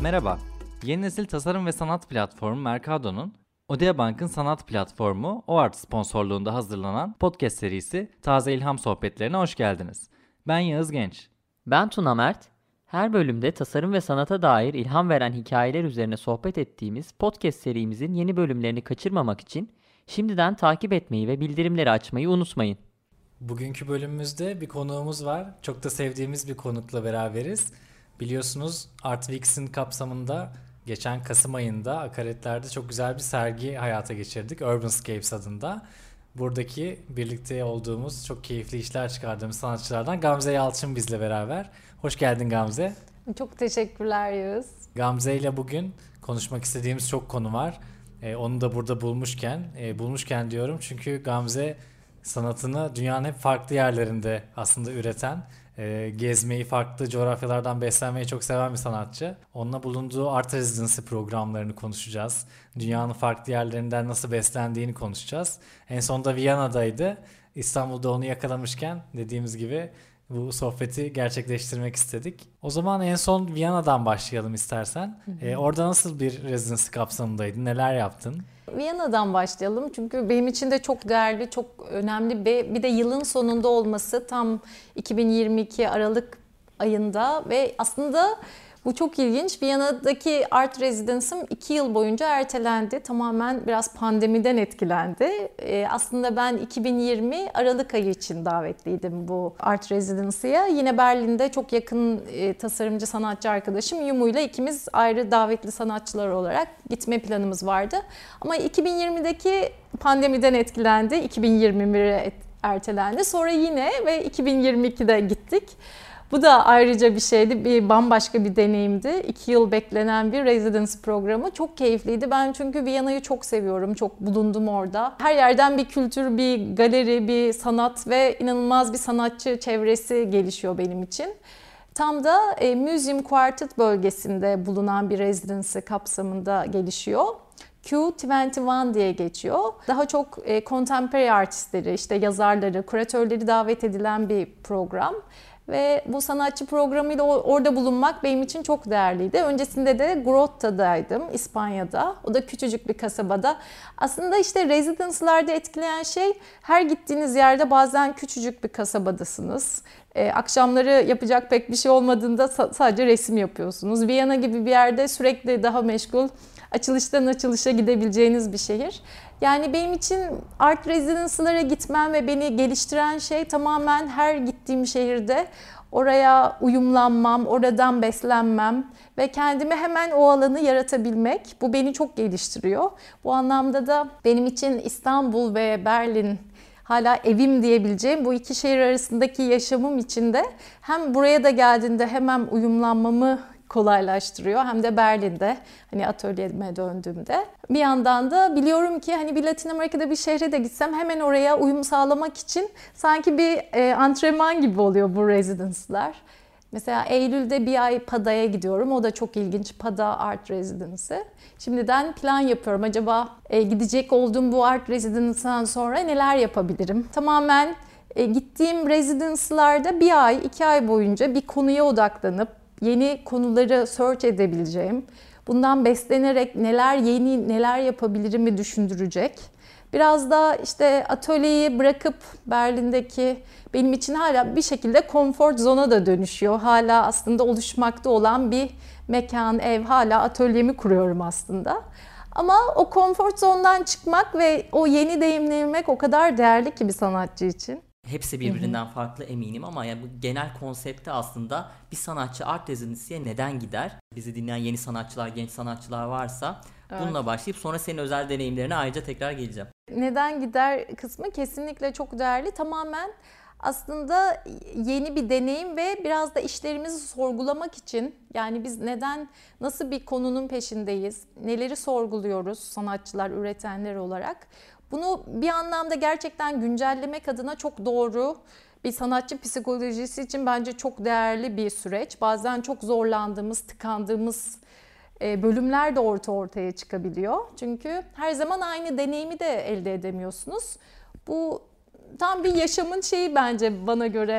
Merhaba, yeni nesil tasarım ve sanat platformu Mercado'nun Odea Bank'ın sanat platformu OART sponsorluğunda hazırlanan podcast serisi Taze İlham Sohbetlerine hoş geldiniz. Ben Yağız Genç. Ben Tuna Mert. Her bölümde tasarım ve sanata dair ilham veren hikayeler üzerine sohbet ettiğimiz podcast serimizin yeni bölümlerini kaçırmamak için şimdiden takip etmeyi ve bildirimleri açmayı unutmayın. Bugünkü bölümümüzde bir konuğumuz var. Çok da sevdiğimiz bir konukla beraberiz. Biliyorsunuz Art Weeks'in kapsamında geçen Kasım ayında Akaretler'de çok güzel bir sergi hayata geçirdik. Urbanscapes adında. Buradaki birlikte olduğumuz, çok keyifli işler çıkardığımız sanatçılardan Gamze Yalçın bizle beraber. Hoş geldin Gamze. Çok teşekkürler Yağız. Gamze ile bugün konuşmak istediğimiz çok konu var. Onu da burada bulmuşken diyorum çünkü Gamze sanatını dünyanın hep farklı yerlerinde aslında üreten, gezmeyi, farklı coğrafyalardan beslenmeyi çok seven bir sanatçı. Onunla bulunduğu Art Residency programlarını konuşacağız. Dünyanın farklı yerlerinden nasıl beslendiğini konuşacağız. En son da Viyana'daydı. İstanbul'da onu yakalamışken dediğimiz gibi bu sohbeti gerçekleştirmek istedik. O zaman en son Viyana'dan başlayalım istersen. Orada nasıl bir residency kapsamındaydın? Neler yaptın? Viyana'dan başlayalım çünkü benim için de çok değerli, çok önemli bir de yılın sonunda olması tam 2022 Aralık ayında ve aslında bu çok ilginç. Viyana'daki Art Residence'ım 2 yıl boyunca ertelendi. Tamamen biraz pandemiden etkilendi. Aslında ben 2020 Aralık ayı için davetliydim bu Art Residence'ya. Yine Berlin'de çok yakın tasarımcı sanatçı arkadaşım Yumu'yla ikimiz ayrı davetli sanatçılar olarak gitme planımız vardı. Ama 2020'deki pandemiden etkilendi. 2021'e ertelendi. Sonra yine ve 2022'de gittik. Bu da ayrıca bir şeydi, bambaşka bir deneyimdi. 2 yıl beklenen bir residence programı. Çok keyifliydi. Ben çünkü Viyana'yı çok seviyorum, çok bulundum orada. Her yerden bir kültür, bir galeri, bir sanat ve inanılmaz bir sanatçı çevresi gelişiyor benim için. Tam da Museum Quartet bölgesinde bulunan bir residence kapsamında gelişiyor. Q21 diye geçiyor. Daha çok contemporary artistleri, işte yazarları, kuratörleri davet edilen bir program. Ve bu sanatçı programıyla orada bulunmak benim için çok değerliydi. Öncesinde de Grotta'daydım, İspanya'da. O da küçücük bir kasabada. Aslında işte residence'larda etkileyen şey, her gittiğiniz yerde bazen küçücük bir kasabadasınız. Akşamları yapacak pek bir şey olmadığında sadece resim yapıyorsunuz. Viyana gibi bir yerde sürekli daha meşgul, açılıştan açılışa gidebileceğiniz bir şehir. Yani benim için art residence'lara gitmem ve beni geliştiren şey tamamen her gittiğim şehirde oraya uyumlanmam, oradan beslenmem ve kendime hemen o alanı yaratabilmek. Bu beni çok geliştiriyor. Bu anlamda da benim için İstanbul ve Berlin hala evim diyebileceğim bu iki şehir arasındaki yaşamım için de hem buraya da geldiğinde hemen uyumlanmamı kolaylaştırıyor hem de Berlin'de hani atölyeme döndüğümde. Bir yandan da biliyorum ki hani bir Latin Amerika'da bir şehre de gitsem hemen oraya uyum sağlamak için sanki bir antrenman gibi oluyor bu residence'lar. Mesela Eylül'de bir ay Pada'ya gidiyorum. O da çok ilginç. Pada Art Residency. Şimdiden plan yapıyorum. Acaba gidecek olduğum bu Art Residence'dan sonra neler yapabilirim? Tamamen gittiğim residence'larda bir ay, 2 ay boyunca bir konuya odaklanıp yeni konuları search edebileceğim, bundan beslenerek neler yapabilirimi düşündürecek. Biraz da işte atölyeyi bırakıp Berlin'deki benim için hala bir şekilde konfor zona da dönüşüyor. Hala aslında oluşmakta olan bir mekan, ev, hala atölyemi kuruyorum aslında. Ama o konfor zondan çıkmak ve o yeni deneyimlemek o kadar değerli ki bir sanatçı için. Hepsi birbirinden farklı eminim ama yani bu genel konsepte aslında bir sanatçı art residency'ye neden gider? Bizi dinleyen yeni sanatçılar, genç sanatçılar varsa bununla başlayıp sonra senin özel deneyimlerine ayrıca tekrar geleceğim. Neden gider kısmı kesinlikle çok değerli. Tamamen aslında yeni bir deneyim ve biraz da işlerimizi sorgulamak için, yani biz nasıl bir konunun peşindeyiz, neleri sorguluyoruz sanatçılar, üretenler olarak. Bunu bir anlamda gerçekten güncellemek adına çok doğru, bir sanatçı psikolojisi için bence çok değerli bir süreç. Bazen çok zorlandığımız, tıkandığımız bölümler de ortaya çıkabiliyor. Çünkü her zaman aynı deneyimi de elde edemiyorsunuz. Bu tam bir yaşamın şeyi bence bana göre.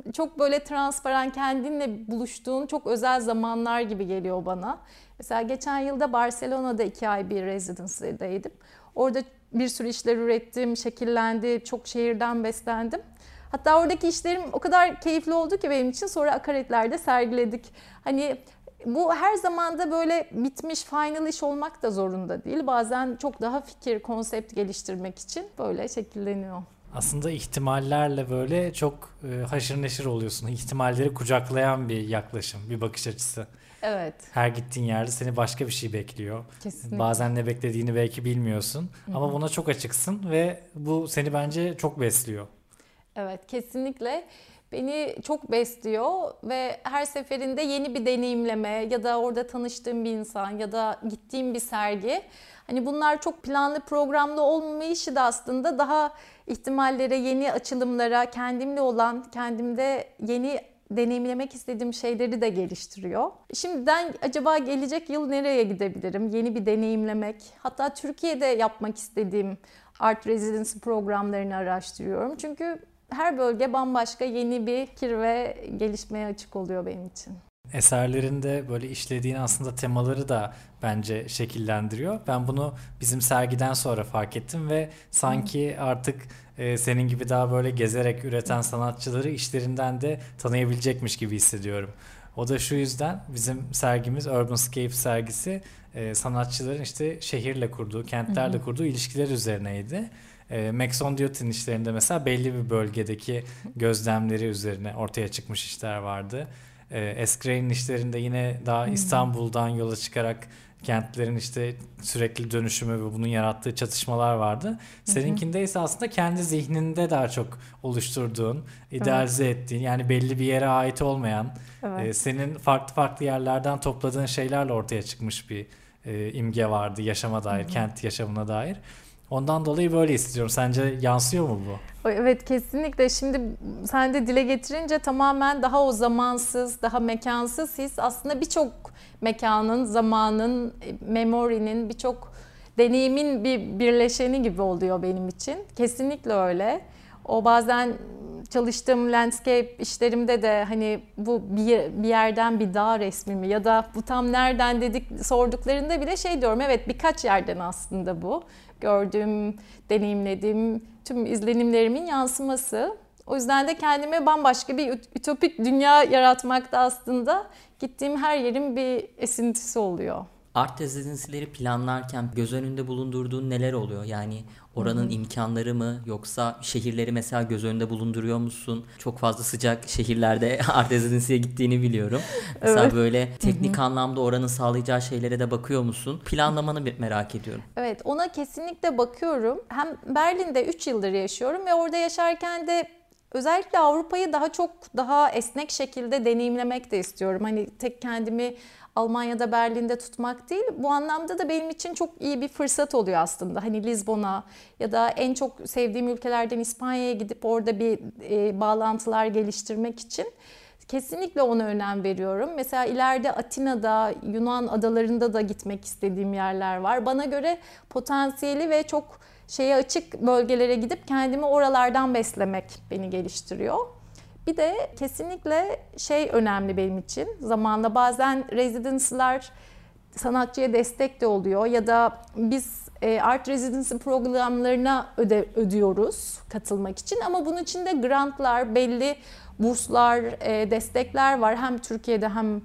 çok böyle transparan, kendinle buluştuğun çok özel zamanlar gibi geliyor bana. Mesela geçen yılda Barcelona'da 2 ay bir residency'deydim. Orada bir sürü işler ürettim, şekillendi, çok şehirden beslendim. Hatta oradaki işlerim o kadar keyifli oldu ki benim için, sonra Akaretler'de sergiledik. Hani bu her zaman da böyle bitmiş final iş olmak da zorunda değil. Bazen çok daha fikir, konsept geliştirmek için böyle şekilleniyor. Aslında ihtimallerle böyle çok haşır neşir oluyorsun. İhtimalleri kucaklayan bir yaklaşım, bir bakış açısı. Evet. Her gittiğin yerde seni başka bir şey bekliyor. Kesinlikle. Bazen ne beklediğini belki bilmiyorsun. Ama buna çok açıksın ve bu seni bence çok besliyor. Evet, kesinlikle beni çok besliyor ve her seferinde yeni bir deneyimleme ya da orada tanıştığım bir insan ya da gittiğim bir sergi. Hani bunlar çok planlı programlı olmayışı da aslında daha ihtimallere, yeni açılımlara, kendimle olan, kendimde yeni deneyimlemek istediğim şeyleri de geliştiriyor. Şimdiden acaba gelecek yıl nereye gidebilirim? Yeni bir deneyimlemek. Hatta Türkiye'de yapmak istediğim art residency programlarını araştırıyorum. Çünkü her bölge bambaşka yeni bir fikir ve gelişmeye açık oluyor benim için. Eserlerinde böyle işlediğin aslında temaları da bence şekillendiriyor. Ben bunu bizim sergiden sonra fark ettim ve sanki artık senin gibi daha böyle gezerek üreten sanatçıları işlerinden de tanıyabilecekmiş gibi hissediyorum. O da şu yüzden bizim sergimiz Urbanscape sergisi sanatçıların işte şehirle kurduğu, kentlerle kurduğu ilişkiler üzerineydi. Maxon Diotin işlerinde mesela belli bir bölgedeki gözlemleri üzerine ortaya çıkmış işler vardı. Escray'nin işlerinde yine daha İstanbul'dan yola çıkarak kentlerin işte sürekli dönüşümü ve bunun yarattığı çatışmalar vardı. Seninkinde ise aslında kendi zihninde daha çok oluşturduğun, idealize ettiğin, yani belli bir yere ait olmayan, senin farklı farklı yerlerden topladığın şeylerle ortaya çıkmış bir imge vardı yaşama dair, kent yaşamına dair. Ondan dolayı böyle istiyorum. Sence yansıyor mu bu? Evet, kesinlikle. Şimdi sen de dile getirince tamamen daha o zamansız, daha mekansız his aslında birçok mekanın, zamanın, memorinin, birçok deneyimin bir birleşeni gibi oluyor benim için. Kesinlikle öyle. O bazen çalıştığım landscape işlerimde de hani bu bir yerden bir dağ resmi mi ya da bu tam nereden dedik sorduklarında bile şey diyorum, evet birkaç yerden aslında bu. Gördüğüm, deneyimlediğim tüm izlenimlerimin yansıması. O yüzden de kendime bambaşka bir ütopik dünya yaratmakta aslında gittiğim her yerin bir esintisi oluyor. Art residency'leri planlarken göz önünde bulundurduğun neler oluyor? Yani oranın imkanları mı, yoksa şehirleri mesela göz önünde bulunduruyor musun? Çok fazla sıcak şehirlerde art residency'ye gittiğini biliyorum. Mesela böyle teknik anlamda oranın sağlayacağı şeylere de bakıyor musun? Planlamanı merak ediyorum. Evet, ona kesinlikle bakıyorum. Hem Berlin'de 3 yıldır yaşıyorum ve orada yaşarken de özellikle Avrupa'yı daha esnek şekilde deneyimlemek de istiyorum. Hani tek kendimi Almanya'da, Berlin'de tutmak değil. Bu anlamda da benim için çok iyi bir fırsat oluyor aslında. Hani Lizbon'a ya da en çok sevdiğim ülkelerden İspanya'ya gidip orada bir bağlantılar geliştirmek için kesinlikle ona önem veriyorum. Mesela ileride Atina'da, Yunan adalarında da gitmek istediğim yerler var. Bana göre potansiyeli ve çok şeye açık bölgelere gidip kendimi oralardan beslemek beni geliştiriyor. Bir de kesinlikle şey önemli benim için. Zamanla bazen residency'ler sanatçıya destek de oluyor ya da biz art residency programlarına ödüyoruz katılmak için, ama bunun için de grantlar, belli burslar, destekler var. Hem Türkiye'de hem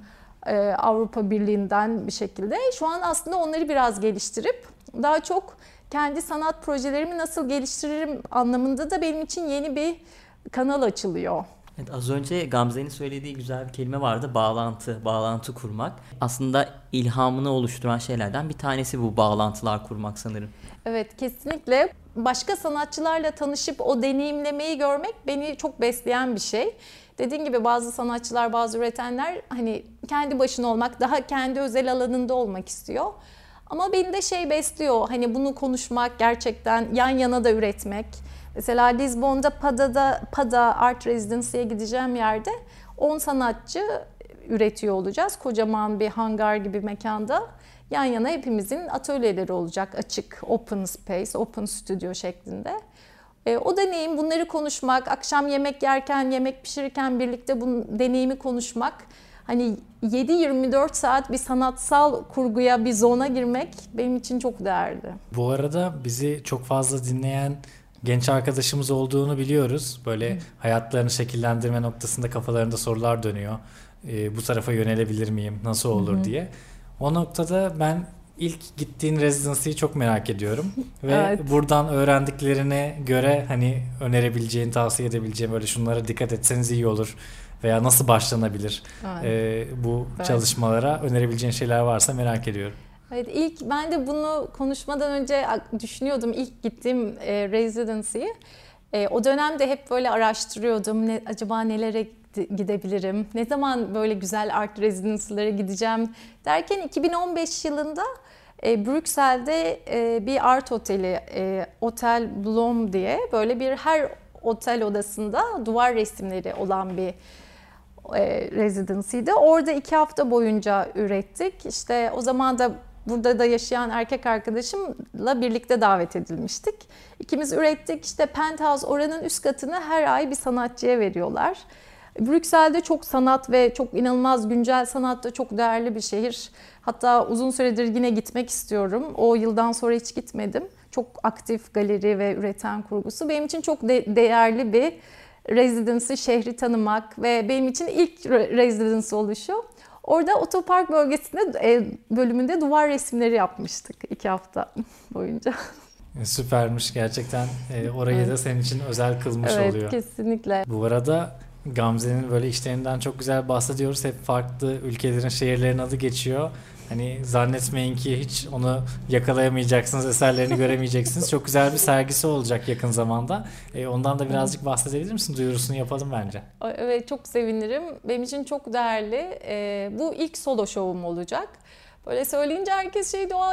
Avrupa Birliği'nden bir şekilde. Şu an aslında onları biraz geliştirip daha çok kendi sanat projelerimi nasıl geliştiririm anlamında da benim için yeni bir kanal açılıyor. Evet, az önce Gamze'nin söylediği güzel bir kelime vardı. Bağlantı kurmak. Aslında ilhamını oluşturan şeylerden bir tanesi bu bağlantılar kurmak sanırım. Evet, kesinlikle. Başka sanatçılarla tanışıp o deneyimlemeyi görmek beni çok besleyen bir şey. Dediğim gibi bazı sanatçılar, bazı üretenler hani kendi başına olmak, daha kendi özel alanında olmak istiyor. Ama beni de şey besliyor, hani bunu konuşmak, gerçekten yan yana da üretmek. Mesela Lizbon'da Pada Art Residency'ye gideceğim yerde 10 sanatçı üretiyor olacağız. Kocaman bir hangar gibi mekanda. Yan yana hepimizin atölyeleri olacak, açık, open space, open studio şeklinde. O deneyim, bunları konuşmak, akşam yemek yerken, yemek pişirirken birlikte bu deneyimi konuşmak, hani 7-24 saat bir sanatsal kurguya, bir zona girmek benim için çok değerli. Bu arada bizi çok fazla dinleyen genç arkadaşımız olduğunu biliyoruz. Böyle hayatlarını şekillendirme noktasında kafalarında sorular dönüyor. Bu tarafa yönelebilir miyim? Nasıl olur diye. O noktada ben ilk gittiğin residency'yi çok merak ediyorum. Ve Evet. buradan öğrendiklerine göre hani önerebileceğin, tavsiye edebileceğin böyle şunlara dikkat etseniz iyi olur veya nasıl başlanabilir bu çalışmalara önerebileceğin şeyler varsa merak ediyorum. Evet, ilk ben de bunu konuşmadan önce düşünüyordum ilk gittiğim residency'yi. O dönemde hep böyle araştırıyordum. Acaba nelere gidebilirim? Ne zaman böyle güzel art residency'lere gideceğim derken 2015 yılında Brüksel'de bir art oteli, Otel Blom diye böyle bir her otel odasında duvar resimleri olan bir residency'di. Orada 2 hafta boyunca ürettik. İşte o zaman da burada da yaşayan erkek arkadaşımla birlikte davet edilmiştik. İkimiz ürettik. İşte Penthouse oranın üst katını her ay bir sanatçıya veriyorlar. Brüksel'de çok sanat ve çok inanılmaz güncel sanat da çok değerli bir şehir. Hatta uzun süredir yine gitmek istiyorum. O yıldan sonra hiç gitmedim. Çok aktif galeri ve üreten kurgusu. Benim için çok değerli bir residency, şehri tanımak ve benim için ilk residency oluşu. Orada otopark bölgesinde bölümünde duvar resimleri yapmıştık 2 hafta boyunca. Süpermiş gerçekten. Orayı da senin için özel kılmış oluyor. Evet, kesinlikle. Bu arada Gamze'nin böyle işlerinden çok güzel bahsediyoruz. Hep farklı ülkelerin, şehirlerin adı geçiyor. Hani zannetmeyin ki hiç onu yakalayamayacaksınız, eserlerini göremeyeceksiniz. Çok güzel bir sergisi olacak yakın zamanda. Ondan da birazcık bahsedebilir misin? Duyurusunu yapalım bence. Evet, çok sevinirim. Benim için çok değerli. Bu ilk solo şovum olacak. Böyle söyleyince herkes şeydi, o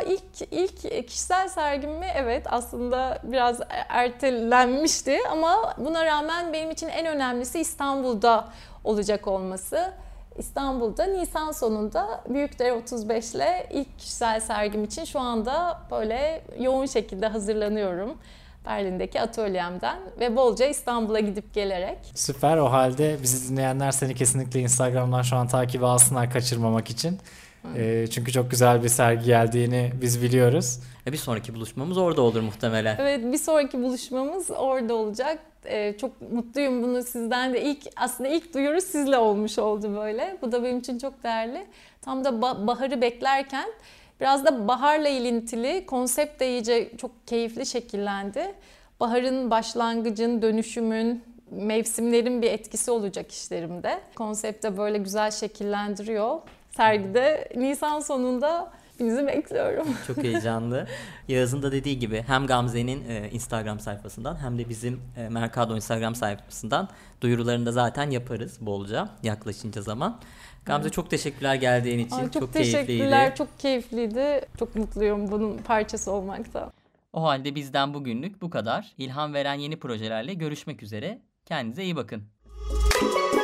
ilk kişisel sergim mi? Evet, aslında biraz ertelenmişti ama buna rağmen benim için en önemlisi İstanbul'da olacak olması. İstanbul'da Nisan sonunda Büyükdere 35 ile ilk kişisel sergim için şu anda böyle yoğun şekilde hazırlanıyorum. Berlin'deki atölyemden ve bolca İstanbul'a gidip gelerek. Süper. O halde bizi dinleyenler seni kesinlikle Instagram'dan şu an takibe alsınlar kaçırmamak için. Çünkü çok güzel bir sergi geldiğini biz biliyoruz. Bir sonraki buluşmamız orada olur muhtemelen. Evet, bir sonraki buluşmamız orada olacak. Çok mutluyum, bunu sizden de aslında ilk duyuru sizle olmuş oldu böyle. Bu da benim için çok değerli. Tam da baharı beklerken biraz da baharla ilintili konsept de iyice çok keyifli şekillendi. Baharın, başlangıcın, dönüşümün, mevsimlerin bir etkisi olacak işlerimde. Konsept de böyle güzel şekillendiriyor. Sergide Nisan sonunda hepinizi bekliyorum. Çok heyecanlı. Yağız'ın da dediği gibi hem Gamze'nin Instagram sayfasından hem de bizim Mercado Instagram sayfasından duyurularını da zaten yaparız bolca yaklaşınca zaman. Gamze çok teşekkürler geldiğin için. Çok keyifliydi. teşekkürler. Çok keyifliydi. Çok mutluyum bunun parçası olmaktan. O halde bizden bugünlük bu kadar. İlham veren yeni projelerle görüşmek üzere. Kendinize iyi bakın.